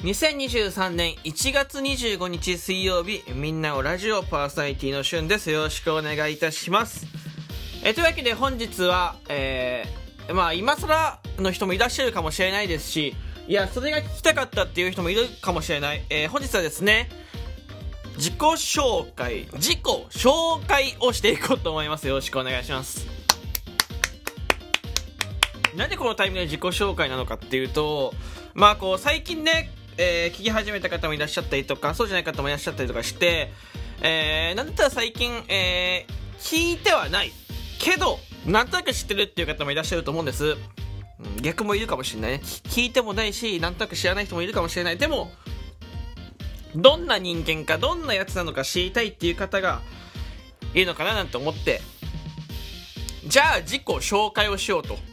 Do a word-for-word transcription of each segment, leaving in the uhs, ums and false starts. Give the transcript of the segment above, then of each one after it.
にせんにじゅうさんねんいちがつにじゅうごにち水曜日、みんなをラジオパーソナリティのしゅんです。よろしくお願いいたします。えというわけで本日は、えー、まあ今更の人もいらっしゃるかもしれないですし、いやそれが聞きたかったっていう人もいるかもしれない、えー、本日はですね、自己紹介自己紹介をしていこうと思います。よろしくお願いします。なんでこのタイミングで自己紹介なのかっていうと、まあこう最近ね、えー、聞き始めた方もいらっしゃったりとか、そうじゃない方もいらっしゃったりとかして、えー、なんだったら最近、えー、聞いてはないけどなんとなく知ってるっていう方もいらっしゃると思うんです、うん、逆もいるかもしれないね。聞いてもないしなんとなく知らない人もいるかもしれない。でもどんな人間かどんなやつなのか知りたいっていう方がいるのかななんて思って、じゃあ自己紹介をしようと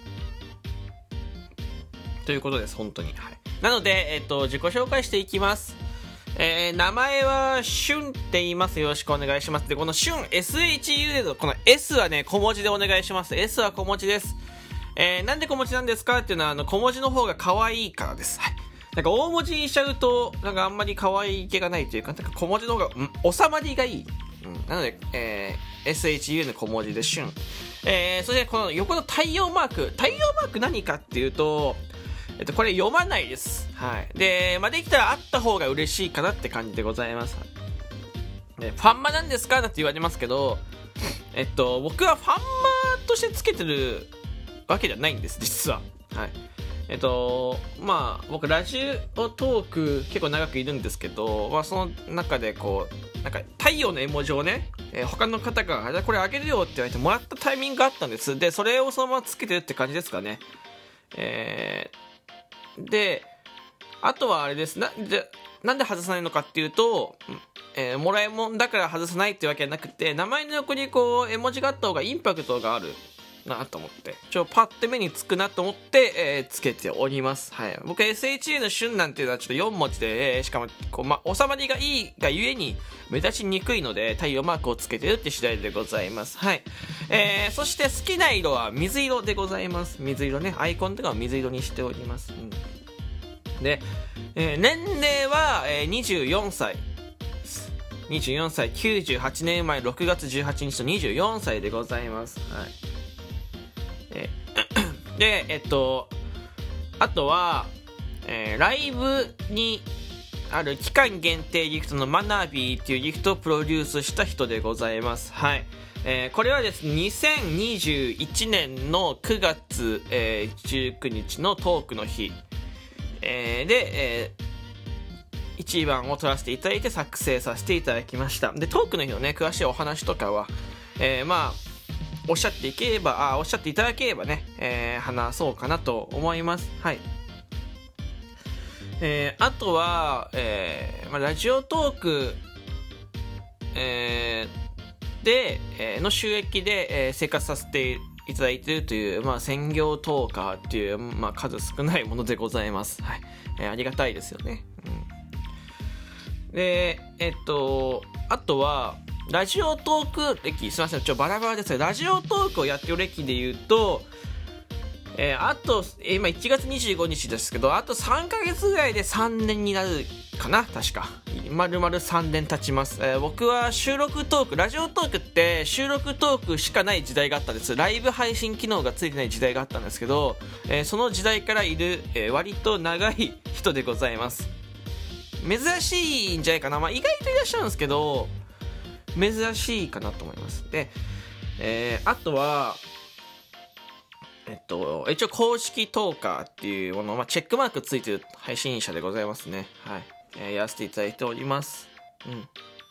ということです。本当に、はい、なので、えっと、自己紹介していきます。えー、名前はしゅんって言います。よろしくお願いします。で、このしゅん エスエイチユー でこの S はね小文字でお願いします。 S は小文字です。えー、なんで小文字なんですかっていうのは、あの小文字の方が可愛いからです。はい、なんか大文字にしちゃうとなんかあんまり可愛い気がないというか、なんか小文字の方が、うん、収まりがいい、うん、なので、えー、エスエイチユー の小文字でしゅん。えー、そしてこの横の太陽マーク太陽マーク何かっていうと、えっと、これ読まないです。はい。で、まあ、できたらあった方が嬉しいかなって感じでございます。で、ファンマなんですかなんて言われますけど、えっと、僕はファンマとしてつけてるわけじゃないんです、実は。はい。えっと、まあ、僕、ラジオトーク結構長くいるんですけど、まあ、その中でこう、なんか、太陽の絵文字をね、えー、他の方が、じゃあこれあげるよって言われてもらったタイミングがあったんです。で、それをそのままつけてるって感じですかね。えー、で、あとはあれです。な、で、なんで外さないのかっていうと、えー、もらいもんだから外さないってわけじゃなくて、名前の横にこう、絵文字があった方がインパクトがあるなと思って、ちょ、パッて目につくなと思って、えー、つけております。はい。僕 エスエイチユー の旬なんていうのはちょっとよん文字で、えー、しかも、こう、ま、収まりがいいがゆえに目立ちにくいので、太陽マークをつけてるって次第でございます。はい。えー、そして好きな色は水色でございます。水色ね。アイコンとかは水色にしております。うん。で、えー、年齢は、えー、にじゅうよんさい。にじゅうよんさい、きゅうじゅうはちねん生まれろくがつじゅうはちにちとにじゅうよんさいでございます。はい。えー、で、えっと、あとは、えー、ライブにある期間限定ギフトのマナビーっていうギフトをプロデュースした人でございます。はい。えー、これはですね、にせんにじゅういちねんのくがつ、えー、じゅうくにちのトークの日、えー、で、えー、いちばんを取らせていただいて作成させていただきました。で、トークの日のね、詳しいお話とかは、えー、まあ、おっしゃっていければ、あ、おっしゃっていただければね、えー、話そうかなと思います。はい。えー、あとは、えー、まあ、ラジオトーク、えー、で、えー、の収益で、えー、生活させていただいているという、まあ、専業トーカーっていう、まあ、数少ないものでございます。はい。えー、ありがたいですよね。うん、で、えっと、あとは、ラジオトーク歴、すいません、ちょ、バラバラですね。ラジオトークをやってる歴で言うと、えー、あと、今いちがつにじゅうごにちですけど、あとさんかげつぐらいでさんねんになるかな、確か。丸々さんねん経ちます。えー、僕は収録トーク、ラジオトークって収録トークしかない時代があったんです。ライブ配信機能がついてない時代があったんですけど、えー、その時代からいる、えー、割と長い人でございます。珍しいんじゃないかな。まあ、意外といらっしゃるんですけど、珍しいかなと思います。で、えー、あとは、えっと、一応公式トーカーっていうもの、まあ、チェックマークついてる配信者でございますね。はい。えー、やらせていただいております。うん。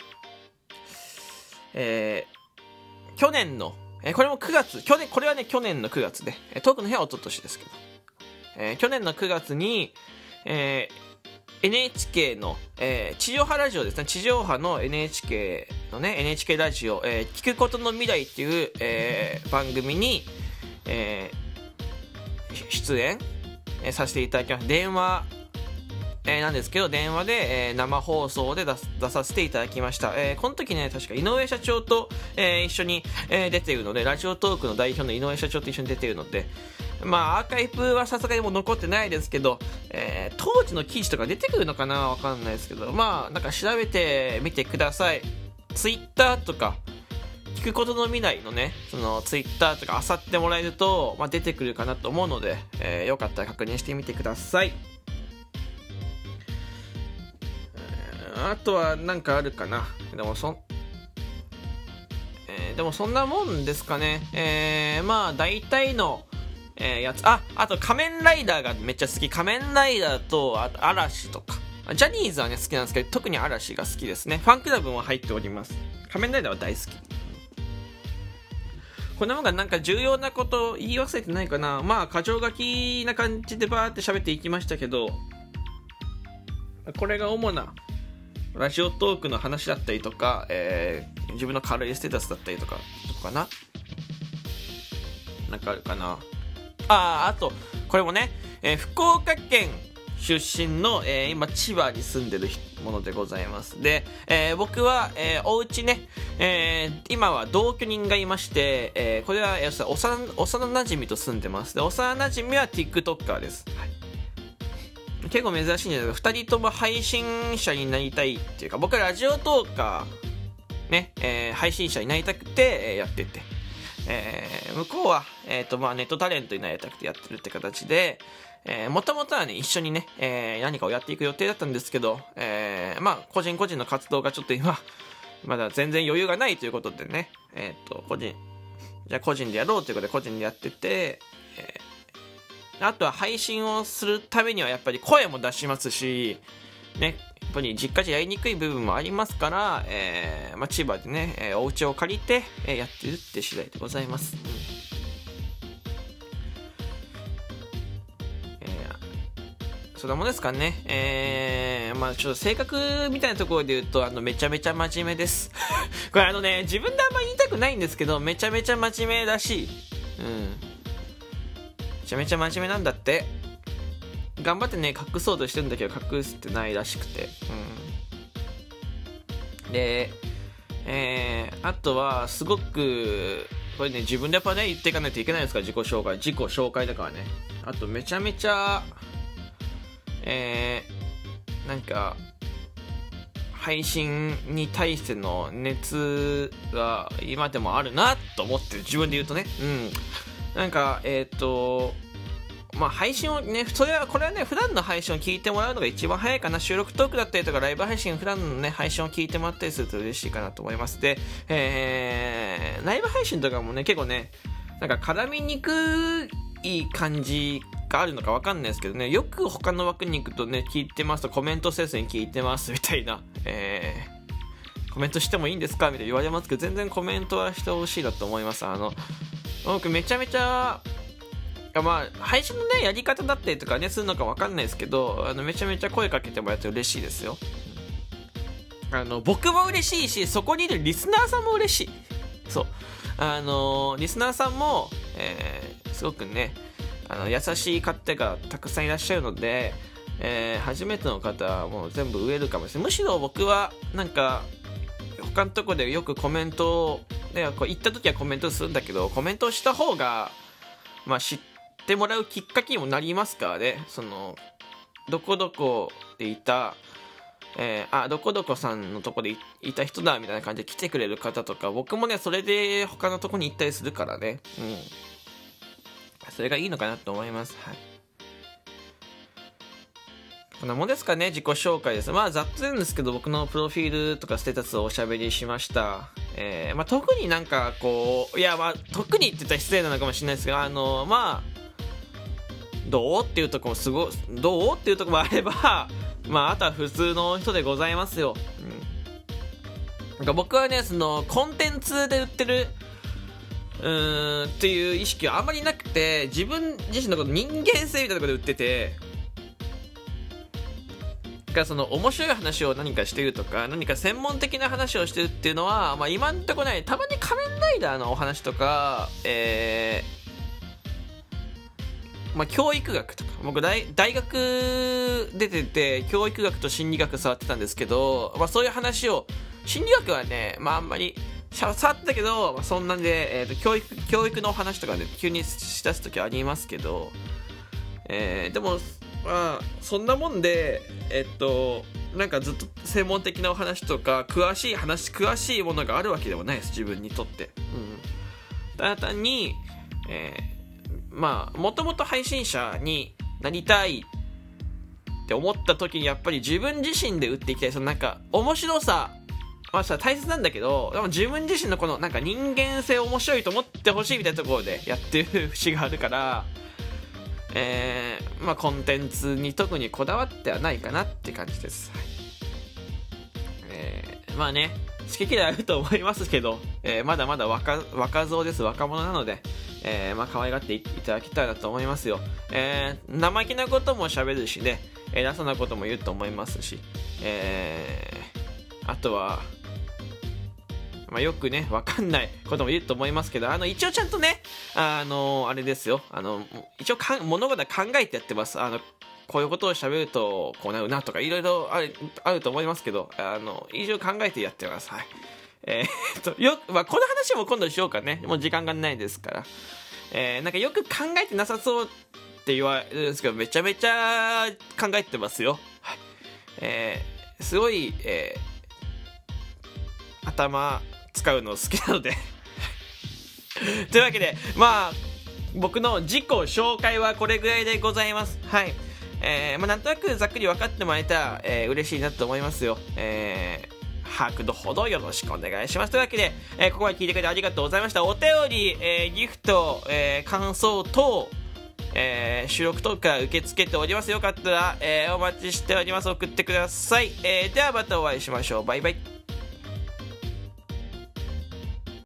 えー、去年の、えー、これもくがつ、去年、これはね、去年のくがつで、えー、トークの日は一昨年ですけど、えー、去年のくがつに、えー、エヌエイチケー の、えー、地上波ラジオですね、地上波の エヌエイチケー のね、エヌエイチケー ラジオ、えー、聞くことの未来っていう、えー、番組に、えー、出演、えー、させていただきます。電話、えー、なんですけど、電話で、えー、生放送で出す、出させていただきました。えー、この時ね、確か井上社長と、えー、一緒に、えー、出ているので、ラジオトークの代表の井上社長と一緒に出ているので、 まあアーカイブはさすがにもう残ってないですけど、えー、当時の記事とか出てくるのかな、わかんないですけど、まあなんか調べてみてください。ツイッターとか聞くことの未来のね、そのツイッターとか漁ってもらえると、まあ、出てくるかなと思うので、えー、よかったら確認してみてください。えー、あとはなんかあるかな。でもそんえー、でもそんなもんですかね。えー、まあ大体の、えー、やつ、あ、あと仮面ライダーがめっちゃ好き。仮面ライダーと、あと嵐とか。ジャニーズはね好きなんですけど、特に嵐が好きですね。ファンクラブも入っております。仮面ライダーは大好き。こんなもんがなんか重要なこと言い忘れてないかな。まあ箇条書きな感じでバーって喋っていきましたけど、これが主なラジオトークの話だったりとか、えー、自分の軽いステータスだったりとかとかかな。なんかあるかな。ああ、あとこれもね、えー、福岡県出身の、えー、今千葉に住んでるものでございます。で、えー、僕は、えー、お家ね、えー、今は同居人がいまして、えー、これは、えー、幼幼馴染と住んでます。で、幼馴染は TikToker です。はい、結構珍しいんですけど、ふたりとも配信者になりたいっていうか、僕はラジオトーカーね、えー、配信者になりたくて、えー、やってて、えー、向こうは、えーとまあ、ネットタレントになりたくてやってるって形で、えー、もともとはね一緒にね、えー、何かをやっていく予定だったんですけど、えー、まあ個人個人の活動がちょっと今まだ全然余裕がないということでね、えっと個人じゃあ個人でやろうということで個人でやってて、えー、あとは配信をするためにはやっぱり声も出しますしね、やっぱり実家じゃやりにくい部分もありますから、えーまあ、千葉でね、えー、お家を借りて、えー、やってるって次第でございます。うん、そんなもんですかね。えー、まあちょっと性格みたいなところで言うと、あの、めちゃめちゃ真面目です。これあのね、自分であんまり言いたくないんですけど、めちゃめちゃ真面目らしい。うん。めちゃめちゃ真面目なんだって。頑張ってね、隠そうとしてるんだけど、隠してないらしくて。うん。で、えー、あとは、すごく、これね、自分でやっぱね、言っていかないといけないですから、自己紹介。自己紹介だからね。あと、めちゃめちゃ、えー、なんか配信に対しての熱が今でもあるなと思ってる、自分で言うとね。うんなんかえっ、ー、とまあ配信をね、それはこれはね、普段の配信を聞いてもらうのが一番早いかな。収録トークだったりとかライブ配信、普段のね配信を聞いてもらったりすると嬉しいかなと思います。で、えー、ライブ配信とかもね結構ねなんか絡みにくい感じがあるのか分かんないですけどね、よく他の枠に行くとね聞いてますとコメントせずに聞いてますみたいな、えー、コメントしてもいいんですかみたいな言われますけど、全然コメントはしてほしいなと思います。あの僕めちゃめちゃまあ配信のねやり方だったりとかねするのか分かんないですけど、あのめちゃめちゃ声かけてもらって嬉しいですよ。あの僕も嬉しいし、そこにいるリスナーさんも嬉しい。そうあのリスナーさんも、えー、すごくねあの優しい方がたくさんいらっしゃるので、えー、初めての方はもう全部ウェルカムです。むしろ僕はなんか他のとこでよくコメントを、ね、こう行った時はコメントするんだけど、コメントした方が、まあ、知ってもらうきっかけにもなりますからね。そのどこどこでいた、えー、あどこどこさんのとこで い, いた人だみたいな感じで来てくれる方とか、僕もねそれで他のとこに行ったりするからね。うんそれがいいのかなと思います。はい。こんなもんですかね、自己紹介です。まあざっとなんですけど、僕のプロフィールとかステータスをおしゃべりしました。えー、まあ特になんかこう、いやまあ特にって言ったら失礼なのかもしれないですが、あのまあどうっていうところもすごい、どうっていうところもあれば、まああとは普通の人でございますよ。うん。なんか僕はね、そのコンテンツで売ってる。うーんっていう意識はあんまりなくて、自分自身のこと人間性みたいなところで売ってて、だからその面白い話を何かしてるとか何か専門的な話をしてるっていうのは、まあ、今んとこねたまに仮面ライダーのお話とか、えーまあ、教育学とか、僕 大, 大学出てて教育学と心理学触ってたんですけど、まあ、そういう話を、心理学はね、まあ、あんまり触ったけど、まあ、そんなんで、えー、と教育教育の話とかね急にしだす時ありますけど、えー、でもまあそんなもんでえっとなんかずっと専門的なお話とか詳しい話詳しいものがあるわけではないです、自分にとって。うん、ただ単に、えー、まあもともと配信者になりたいって思った時にやっぱり自分自身で打っていきたい。そのなんか面白さまあさ大切なんだけど、でも自分自身のこのなんか人間性面白いと思ってほしいみたいなところでやってる節があるから、えー、まあコンテンツに特にこだわってはないかなって感じです。はい、えー、まあね好き嫌いあると思いますけど、えー、まだまだ若若造です、若者なので、えー、まあ可愛がっていただきたいなと思いますよ。えー、生意気なことも喋るしね、偉そうなことも言うと思いますし、えー、あとはまあ、よくね分かんないことも言うと思いますけど、あの一応ちゃんとねあのあれですよ、あの一応かん物事は考えてやってます。あのこういうことを喋るとこうなるなとかいろいろあるあると思いますけど、あの一応考えてやってます。はい、えー、っとよ、まあ、この話も今度しようかね、もう時間がないですから、えー、なんかよく考えてなさそうって言われるんですけど、めちゃめちゃ考えてますよ。はい、えー、すごい、えー、頭使うの好きなのでというわけでまあ僕の自己紹介はこれぐらいでございます。はい、えーまあ、なんとなくざっくり分かってもらえたら、えー、嬉しいなと思いますよ。えー、把握のほどよろしくお願いします。というわけで、えー、ここまで聞いてくれてありがとうございました。お便り、えー、ギフト、えー、感想等、えー、収録等から受け付けております。よかったら、えー、お待ちしております。送ってください。えー、ではまたお会いしましょう。バイバイ。